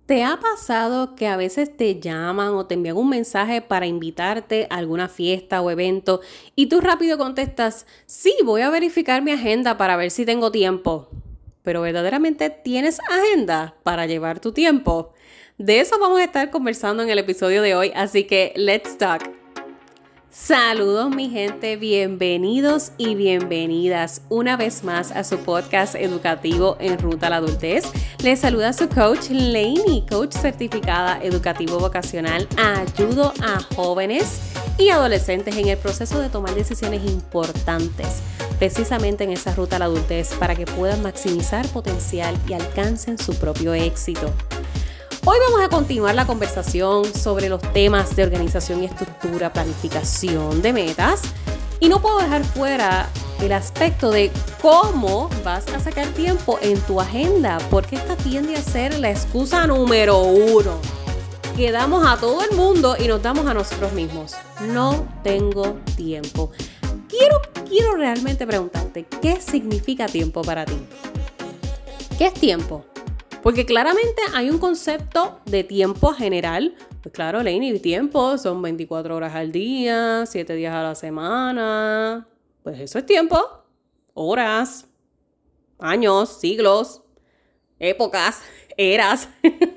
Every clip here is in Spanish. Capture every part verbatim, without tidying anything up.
¿Te ha pasado que a veces te llaman o te envían un mensaje para invitarte a alguna fiesta o evento y tú rápido contestas, sí, voy a verificar mi agenda para ver si tengo tiempo? Pero verdaderamente tienes agenda para llevar tu tiempo. De eso vamos a estar conversando en el episodio de hoy, así que let's talk. Saludos mi gente, bienvenidos y bienvenidas una vez más a su podcast educativo En Ruta a la Adultez. Les saluda su coach Lainey, coach certificada educativo vocacional. Ayudo a jóvenes y adolescentes en el proceso de tomar decisiones importantes, precisamente en esa ruta a la adultez, para que puedan maximizar potencial y alcancen su propio éxito. Hoy vamos a continuar la conversación sobre los temas de organización y estructura, planificación de metas. Y no puedo dejar fuera el aspecto de cómo vas a sacar tiempo en tu agenda, porque esta tiende a ser la excusa número uno que damos a todo el mundo y nos damos a nosotros mismos. No tengo tiempo. Quiero, quiero realmente preguntarte, ¿qué significa tiempo para ti? ¿Qué es tiempo? Porque claramente hay un concepto de tiempo general. Pues claro, Lainey, tiempo son veinticuatro horas al día, siete días a la semana. Pues eso es tiempo. Horas, años, siglos, épocas, eras.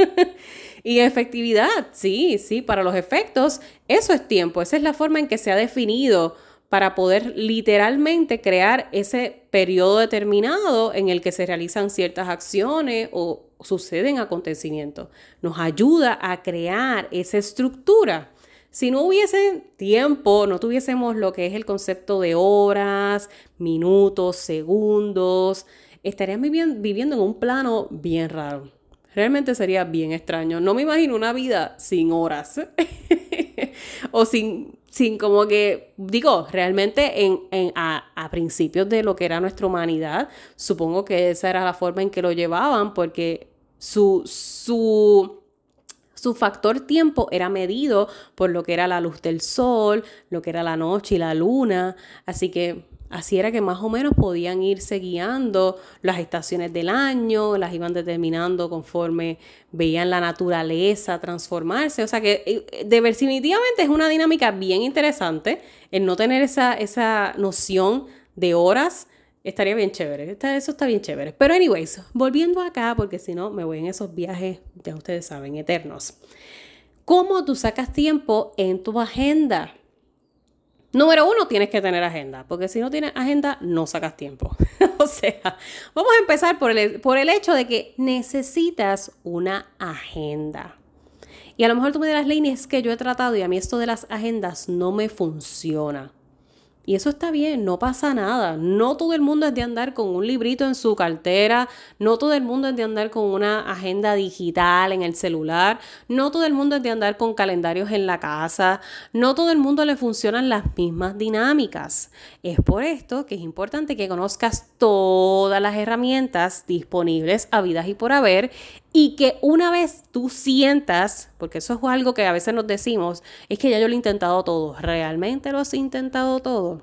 Y efectividad, sí, sí, para los efectos, eso es tiempo. Esa es la forma en que se ha definido para poder literalmente crear ese periodo determinado en el que se realizan ciertas acciones o suceden acontecimientos. Nos ayuda a crear esa estructura. Si no hubiese tiempo, no tuviésemos lo que es el concepto de horas, minutos, segundos, estaríamos viviendo en un plano bien raro. Realmente sería bien extraño. No me imagino una vida sin horas o sin... Sin como que, digo, realmente en, en, a, a principios de lo que era nuestra humanidad, supongo que esa era la forma en que lo llevaban, porque su, su, su factor tiempo era medido por lo que era la luz del sol, lo que era la noche y la luna, así que así era que más o menos podían irse guiando las estaciones del año, las iban determinando conforme veían la naturaleza transformarse. O sea que definitivamente es una dinámica bien interesante. El no tener esa, esa noción de horas estaría bien chévere. Eso está bien chévere. Pero anyways, volviendo acá, porque si no me voy en esos viajes, ya ustedes saben, eternos. ¿Cómo tú sacas tiempo en tu agenda? Número uno, tienes que tener agenda, porque si no tienes agenda, no sacas tiempo. O sea, vamos a empezar por el, por el hecho de que necesitas una agenda. Y a lo mejor tú me dirás, Lainey, es que yo he tratado y a mí esto de las agendas no me funciona. Y eso está bien, no pasa nada. No todo el mundo es de andar con un librito en su cartera, no todo el mundo es de andar con una agenda digital en el celular, no todo el mundo es de andar con calendarios en la casa, no todo el mundo le funcionan las mismas dinámicas. Es por esto que es importante que conozcas todas las herramientas disponibles, habidas y por haber, y que una vez tú sientas, porque eso es algo que a veces nos decimos, es que ya yo lo he intentado todo. ¿Realmente lo has intentado todo?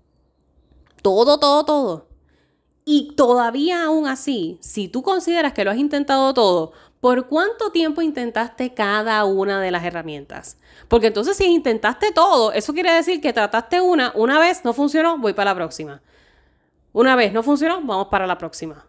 Todo, todo, todo. Y todavía aún así, si tú consideras que lo has intentado todo, ¿por cuánto tiempo intentaste cada una de las herramientas? Porque entonces si intentaste todo, eso quiere decir que trataste una, una vez, no funcionó, voy para la próxima. Una vez no funcionó, vamos para la próxima.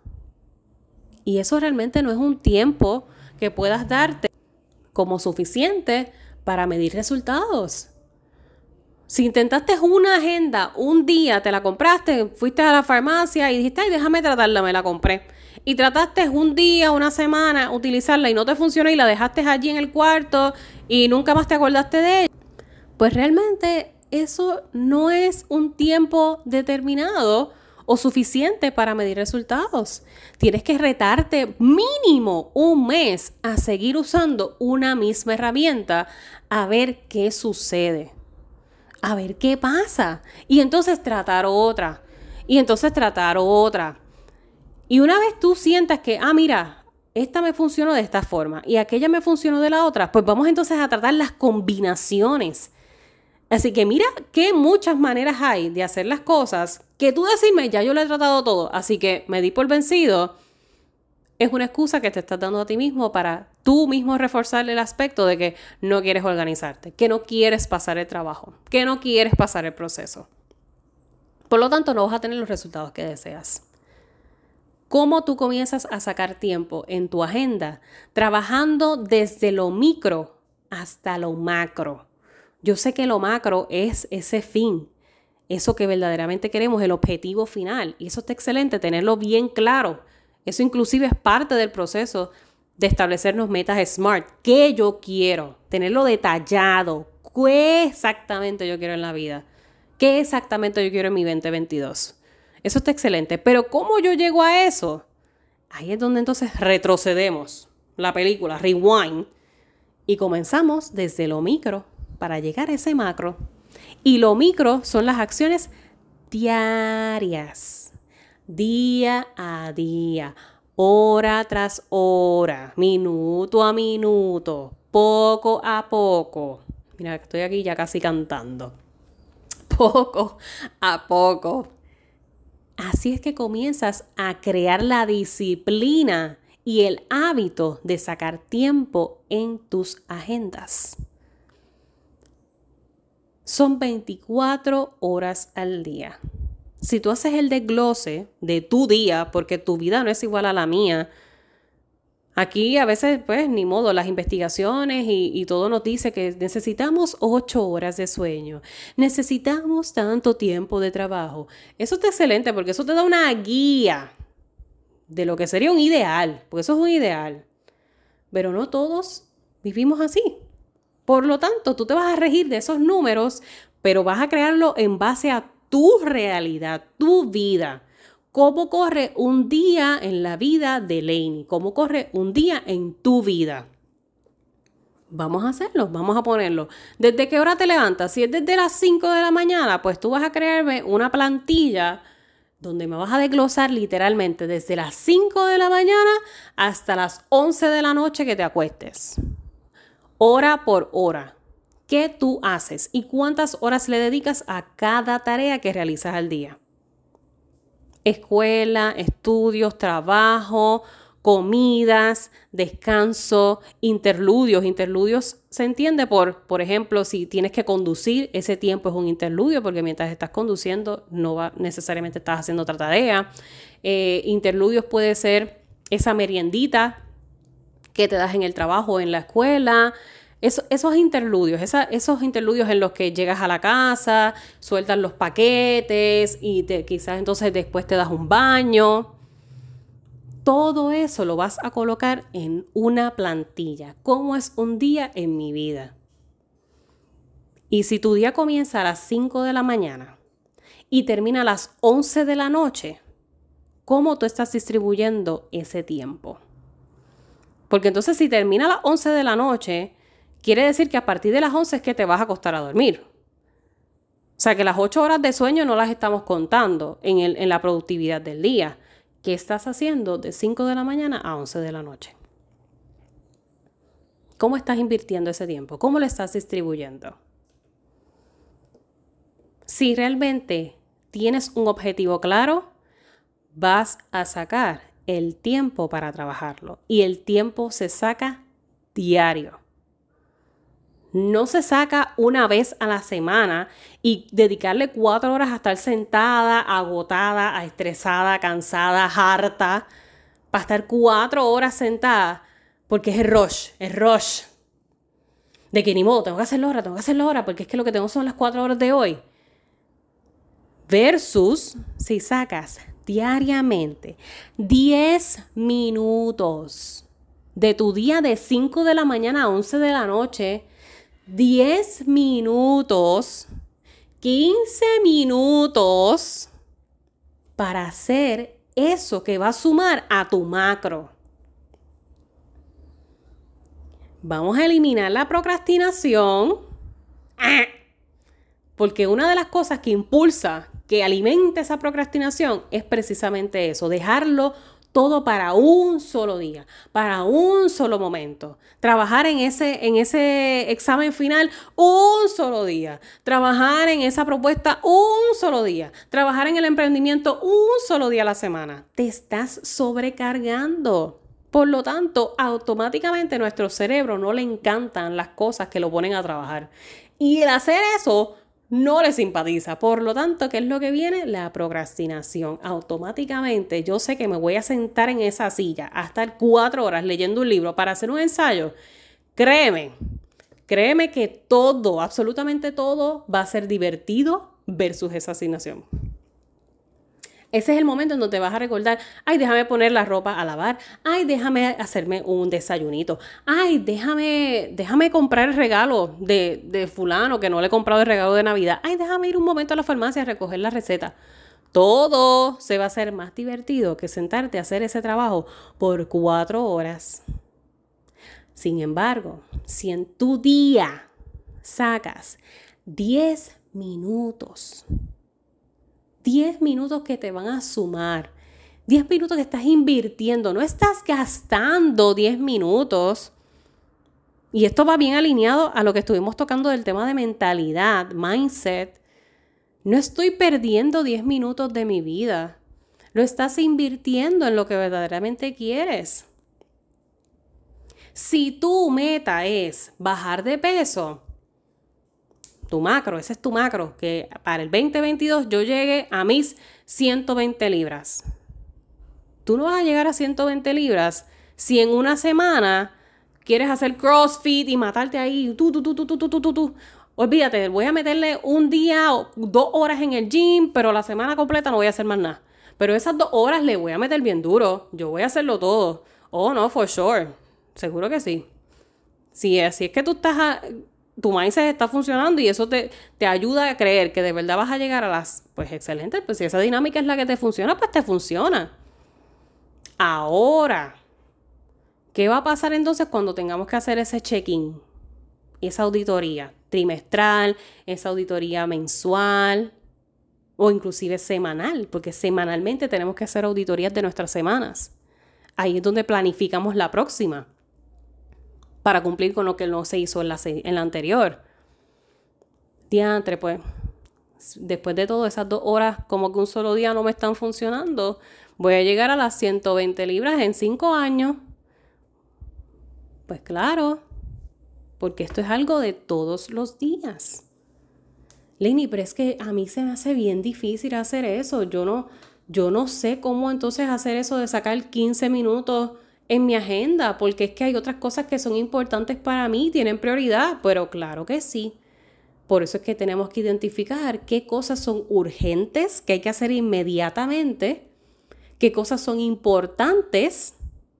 Y eso realmente no es un tiempo que puedas darte como suficiente para medir resultados. Si intentaste una agenda, un día te la compraste, fuiste a la farmacia y dijiste, ay, déjame tratarla, me la compré. Y trataste un día, una semana, utilizarla y no te funcionó y la dejaste allí en el cuarto y nunca más te acordaste de ella. Pues realmente eso no es un tiempo determinado o suficiente para medir resultados. Tienes que retarte mínimo un mes a seguir usando una misma herramienta a ver qué sucede, a ver qué pasa y entonces tratar otra y entonces tratar otra. Y una vez tú sientas que, ah, mira, esta me funcionó de esta forma y aquella me funcionó de la otra, pues vamos entonces a tratar las combinaciones. Así que mira qué muchas maneras hay de hacer las cosas que tú decirme, ya yo lo he tratado todo, así que me di por vencido, es una excusa que te estás dando a ti mismo para tú mismo reforzar el aspecto de que no quieres organizarte, que no quieres pasar el trabajo, que no quieres pasar el proceso. Por lo tanto, no vas a tener los resultados que deseas. ¿Cómo tú comienzas a sacar tiempo en tu agenda? Trabajando desde lo micro hasta lo macro. Yo sé que lo macro es ese fin, eso que verdaderamente queremos, el objetivo final. Y eso está excelente, tenerlo bien claro. Eso inclusive es parte del proceso de establecernos metas SMART. ¿Qué yo quiero? Tenerlo detallado. ¿Qué exactamente yo quiero en la vida? ¿Qué exactamente yo quiero en mi veinte veintidós? Eso está excelente. Pero ¿cómo yo llego a eso? Ahí es donde entonces retrocedemos la película, rewind, y comenzamos desde lo micro para llegar a ese macro. Y lo micro son las acciones diarias, día a día, hora tras hora, minuto a minuto, poco a poco. Mira, estoy aquí ya casi cantando. Poco a poco. Así es que comienzas a crear la disciplina y el hábito de sacar tiempo en tus agendas. Son veinticuatro horas al día. Si tú haces el desglose de tu día, porque tu vida no es igual a la mía, aquí a veces, pues, ni modo, las investigaciones y, y todo nos dice que necesitamos ocho horas de sueño, necesitamos tanto tiempo de trabajo. Eso está excelente porque eso te da una guía de lo que sería un ideal, porque eso es un ideal. Pero no todos vivimos así. Por lo tanto, tú te vas a regir de esos números, pero vas a crearlo en base a tu realidad, tu vida. ¿Cómo corre un día en la vida de Lainey? ¿Cómo corre un día en tu vida? Vamos a hacerlo, vamos a ponerlo. ¿Desde qué hora te levantas? Si es desde las cinco de la mañana, pues tú vas a crearme una plantilla donde me vas a desglosar literalmente desde las cinco de la mañana hasta las once de la noche que te acuestes. Hora por hora. ¿Qué tú haces y cuántas horas le dedicas a cada tarea que realizas al día? Escuela, estudios, trabajo, comidas, descanso, interludios. Interludios se entiende por, por ejemplo, si tienes que conducir, ese tiempo es un interludio porque mientras estás conduciendo no va, necesariamente estás haciendo otra tarea. Eh, interludios puede ser esa meriendita que te das en el trabajo o en la escuela. Eso, esos interludios, esa, esos interludios en los que llegas a la casa, sueltas los paquetes y te, quizás entonces después te das un baño. Todo eso lo vas a colocar en una plantilla. ¿Cómo es un día en mi vida? Y si tu día comienza a las cinco de la mañana y termina a las once de la noche, ¿cómo tú estás distribuyendo ese tiempo? Porque entonces si termina a las once de la noche, quiere decir que a partir de las once es que te vas a acostar a dormir. O sea que las ocho horas de sueño no las estamos contando en, el, en la productividad del día. ¿Qué estás haciendo de cinco de la mañana a once de la noche? ¿Cómo estás invirtiendo ese tiempo? ¿Cómo lo estás distribuyendo? Si realmente tienes un objetivo claro, vas a sacar el tiempo para trabajarlo. Y el tiempo se saca diario. No se saca una vez a la semana y dedicarle cuatro horas a estar sentada, agotada, estresada, cansada, harta, para estar cuatro horas sentada, porque es el rush, el rush. De que ni modo, tengo que hacerlo ahora, tengo que hacerlo ahora, porque es que lo que tengo son las cuatro horas de hoy. Versus si sacas diariamente diez minutos de tu día de cinco de la mañana a once de la noche, diez minutos, quince minutos para hacer eso que va a sumar a tu macro. Vamos a eliminar la procrastinación, porque una de las cosas que impulsa, que alimenta esa procrastinación es precisamente eso, dejarlo todo para un solo día, para un solo momento. Trabajar en ese, en ese examen final un solo día. Trabajar en esa propuesta un solo día. Trabajar en el emprendimiento un solo día a la semana. Te estás sobrecargando. Por lo tanto, automáticamente a nuestro cerebro no le encantan las cosas que lo ponen a trabajar. Y el hacer eso no le simpatiza. Por lo tanto, ¿qué es lo que viene? La procrastinación. Automáticamente yo sé que me voy a sentar en esa silla a estar cuatro horas leyendo un libro para hacer un ensayo. Créeme, créeme que todo, absolutamente todo va a ser divertido versus esa asignación. Ese es el momento en donde te vas a recordar, ay, déjame poner la ropa a lavar, ay, déjame hacerme un desayunito, ay, déjame, déjame comprar el regalo de, de fulano que no le he comprado el regalo de Navidad, ay, déjame ir un momento a la farmacia a recoger la receta. Todo se va a hacer más divertido que sentarte a hacer ese trabajo por cuatro horas. Sin embargo, si en tu día sacas diez minutos, diez minutos que te van a sumar, diez minutos que estás invirtiendo, no estás gastando diez minutos. Y esto va bien alineado a lo que estuvimos tocando del tema de mentalidad, mindset. No estoy perdiendo diez minutos de mi vida. Lo estás invirtiendo en lo que verdaderamente quieres. Si tu meta es bajar de peso, tu macro, ese es tu macro, que para el veinte veintidós yo llegue a mis ciento veinte libras. Tú no vas a llegar a ciento veinte libras si en una semana quieres hacer CrossFit y matarte ahí, tú, tú, tú, tú, tú, tú, tú, tú. Olvídate, voy a meterle un día o dos horas en el gym, pero la semana completa no voy a hacer más nada. Pero esas dos horas le voy a meter bien duro. Yo voy a hacerlo todo. Oh, no, for sure. Seguro que sí. Si es, si es que tú estás... A, tu mindset está funcionando y eso te, te ayuda a creer que de verdad vas a llegar a las... Pues excelente, pues si esa dinámica es la que te funciona, pues te funciona. Ahora, ¿qué va a pasar entonces cuando tengamos que hacer ese check-in? Esa auditoría trimestral, esa auditoría mensual o inclusive semanal, porque semanalmente tenemos que hacer auditorías de nuestras semanas. Ahí es donde planificamos la próxima para cumplir con lo que no se hizo en la, en la anterior. Diantre, pues, después de todo, esas dos horas como que un solo día no me están funcionando, voy a llegar a las ciento veinte libras en cinco años. Pues claro, porque esto es algo de todos los días. Lenny, pero es que a mí se me hace bien difícil hacer eso. Yo no, yo no sé cómo entonces hacer eso de sacar quince minutos en mi agenda, porque es que hay otras cosas que son importantes para mí, tienen prioridad, pero claro que sí. Por eso es que tenemos que identificar qué cosas son urgentes, que hay que hacer inmediatamente, qué cosas son importantes,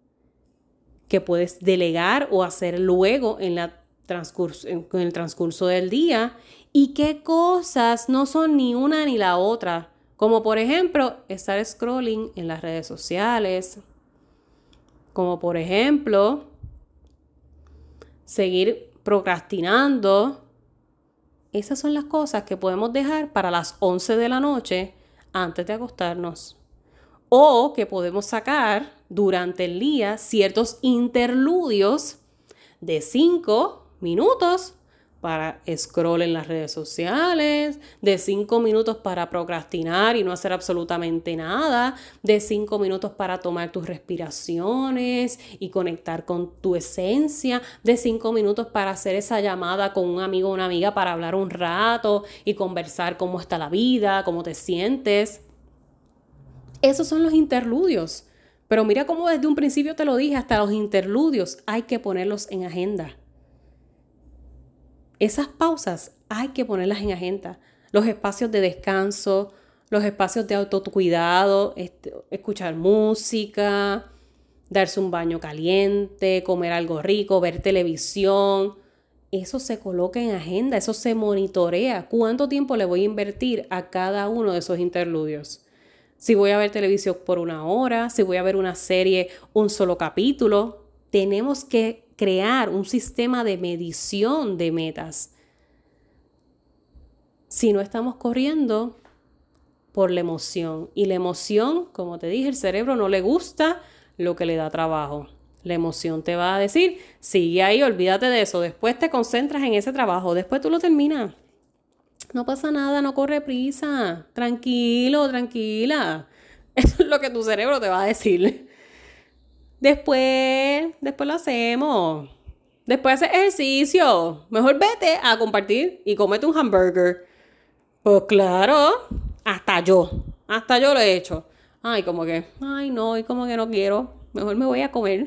que puedes delegar o hacer luego en, la transcurso, en el transcurso del día, y qué cosas no son ni una ni la otra, como por ejemplo estar scrolling en las redes sociales, como por ejemplo seguir procrastinando. Esas son las cosas que podemos dejar para las once de la noche antes de acostarnos. O que podemos sacar durante el día ciertos interludios de cinco minutos para scroll en las redes sociales, de cinco minutos para procrastinar y no hacer absolutamente nada, de cinco minutos para tomar tus respiraciones y conectar con tu esencia, de cinco minutos para hacer esa llamada con un amigo o una amiga para hablar un rato y conversar cómo está la vida, cómo te sientes. Esos son los interludios. Pero mira cómo desde un principio te lo dije, hasta los interludios hay que ponerlos en agenda. Esas pausas hay que ponerlas en agenda. Los espacios de descanso, los espacios de autocuidado, este, escuchar música, darse un baño caliente, comer algo rico, ver televisión. Eso se coloca en agenda, eso se monitorea. ¿Cuánto tiempo le voy a invertir a cada uno de esos interludios? Si voy a ver televisión por una hora, si voy a ver una serie, un solo capítulo, tenemos que crear un sistema de medición de metas. Si no estamos corriendo por la emoción, y la emoción, como te dije, el cerebro no le gusta lo que le da trabajo. La emoción te va a decir, sigue ahí, olvídate de eso, después te concentras en ese trabajo, después tú lo terminas. No pasa nada, no corre prisa, tranquilo, tranquila. Eso es lo que tu cerebro te va a decir. Después, después lo hacemos. Después haces ejercicio. Mejor vete a compartir y comete un hamburger. Pues claro, hasta yo. Hasta yo lo he hecho. Ay, como que, ay no, y como que no quiero. Mejor me voy a comer.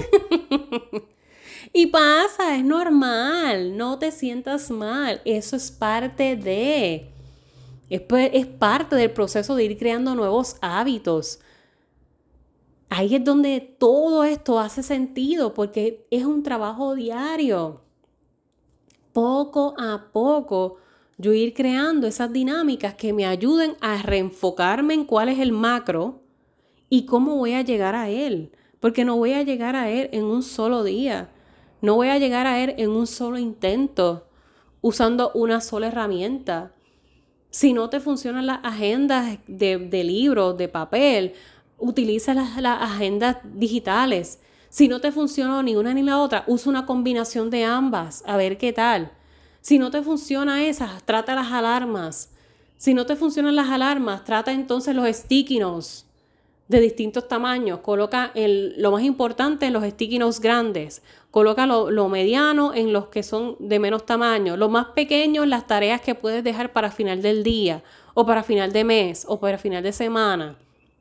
Y pasa, es normal. No te sientas mal. Eso es parte de... Es, es parte del proceso de ir creando nuevos hábitos. Ahí es donde todo esto hace sentido porque es un trabajo diario. Poco a poco yo ir creando esas dinámicas que me ayuden a reenfocarme en cuál es el macro y cómo voy a llegar a él. Porque no voy a llegar a él en un solo día. No voy a llegar a él en un solo intento, usando una sola herramienta. Si no te funcionan las agendas de, de libros, de papel, utiliza las, las agendas digitales. Si no te funciona ni una ni la otra, usa una combinación de ambas, a ver qué tal. Si no te funciona esas, trata las alarmas. Si no te funcionan las alarmas, trata entonces los sticky notes de distintos tamaños. Coloca el, lo más importante en los sticky notes grandes. Coloca lo, lo mediano en los que son de menos tamaño. Lo más pequeño en las tareas que puedes dejar para final del día, o para final de mes, o para final de semana.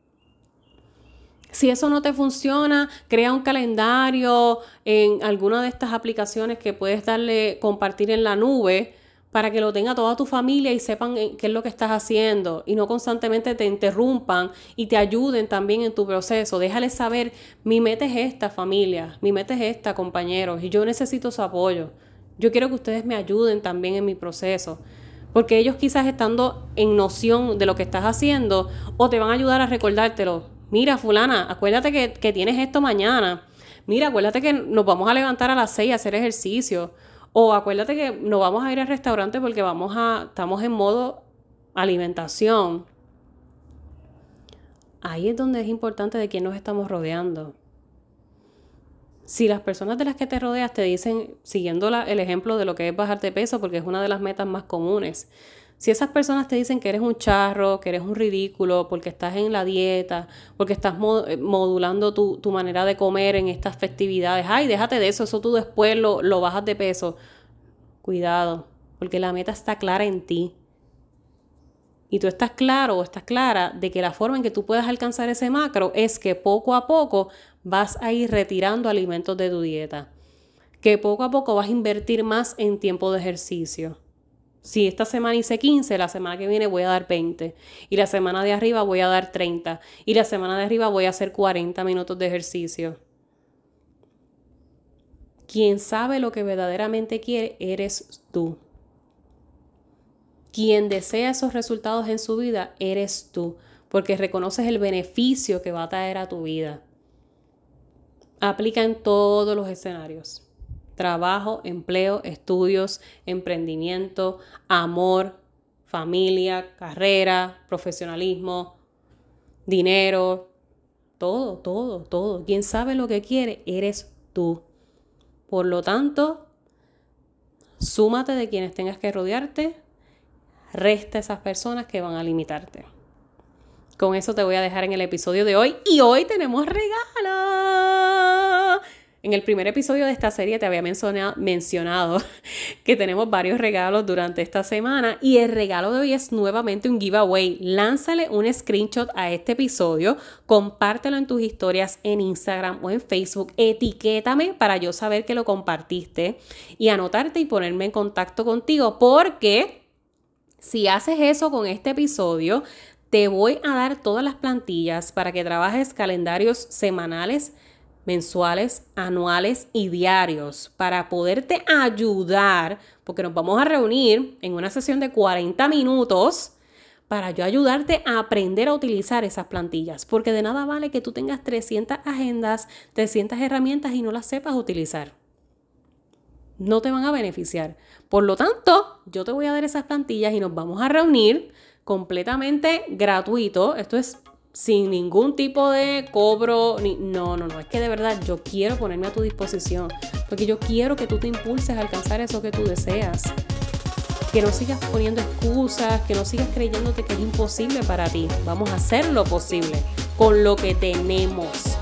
Si eso no te funciona, crea un calendario en alguna de estas aplicaciones que puedes darle, compartir en la nube para que lo tenga toda tu familia y sepan qué es lo que estás haciendo y no constantemente te interrumpan y te ayuden también en tu proceso. Déjales saber, mi meta es esta, familia, mi meta es esta, compañeros, y yo necesito su apoyo. Yo quiero que ustedes me ayuden también en mi proceso. Porque ellos quizás estando en noción de lo que estás haciendo o te van a ayudar a recordártelo. Mira, fulana, acuérdate que, que tienes esto mañana. Mira, acuérdate que nos vamos a levantar a las seis a hacer ejercicio. O acuérdate que nos vamos a ir al restaurante porque vamos a, estamos en modo alimentación. Ahí es donde es importante de quién nos estamos rodeando. Si las personas de las que te rodeas te dicen, siguiendo la, el ejemplo de lo que es bajar de peso, porque es una de las metas más comunes, si esas personas te dicen que eres un charro, que eres un ridículo, porque estás en la dieta, porque estás mod- modulando tu, tu manera de comer en estas festividades, ay, déjate de eso, eso tú después lo, lo bajas de peso. Cuidado, porque la meta está clara en ti. Y tú estás claro o estás clara de que la forma en que tú puedas alcanzar ese macro es que poco a poco vas a ir retirando alimentos de tu dieta. Que poco a poco vas a invertir más en tiempo de ejercicio. Si esta semana hice quince, la semana que viene voy a dar veinte. Y la semana de arriba voy a dar treinta. Y la semana de arriba voy a hacer cuarenta minutos de ejercicio. Quien sabe lo que verdaderamente quiere eres tú. Quien desea esos resultados en su vida eres tú. Porque reconoces el beneficio que va a traer a tu vida. Aplica en todos los escenarios. Trabajo, empleo, estudios, emprendimiento, amor, familia, carrera, profesionalismo, dinero, todo, todo, todo. Quien sabe lo que quiere, eres tú. Por lo tanto, súmate de quienes tengas que rodearte, resta esas personas que van a limitarte. Con eso te voy a dejar en el episodio de hoy. Y hoy tenemos regalo. En el primer episodio de esta serie te había mencionado que tenemos varios regalos durante esta semana y el regalo de hoy es nuevamente un giveaway. Lánzale un screenshot a este episodio, compártelo en tus historias en Instagram o en Facebook, etiquétame para yo saber que lo compartiste y anotarte y ponerme en contacto contigo porque si haces eso con este episodio, te voy a dar todas las plantillas para que trabajes calendarios semanales, mensuales, anuales y diarios para poderte ayudar, porque nos vamos a reunir en una sesión de cuarenta minutos para yo ayudarte a aprender a utilizar esas plantillas, porque de nada vale que tú tengas trescientas agendas, trescientas herramientas y no las sepas utilizar. No te van a beneficiar. Por lo tanto, yo te voy a dar esas plantillas y nos vamos a reunir completamente gratuito. Esto es sin ningún tipo de cobro, ni, no, no, no, es que de verdad yo quiero ponerme a tu disposición, porque yo quiero que tú te impulses a alcanzar eso que tú deseas, que no sigas poniendo excusas, que no sigas creyéndote que es imposible para ti. Vamos a hacer lo posible con lo que tenemos.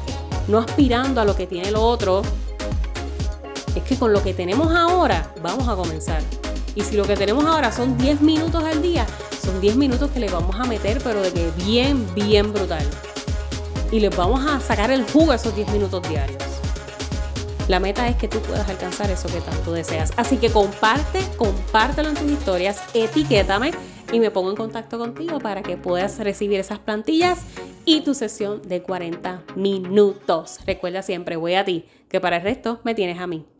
no aspirando a lo que tiene el otro. Es que con lo que tenemos ahora vamos a comenzar. Y si lo que tenemos ahora son diez minutos al día, son diez minutos que le vamos a meter, pero de que bien, bien brutal. Y les vamos a sacar el jugo a esos diez minutos diarios. La meta es que tú puedas alcanzar eso que tanto deseas. Así que comparte, compártelo en tus historias, etiquétame y me pongo en contacto contigo para que puedas recibir esas plantillas y tu sesión de cuarenta minutos. Recuerda siempre, voy a ti, que para el resto me tienes a mí.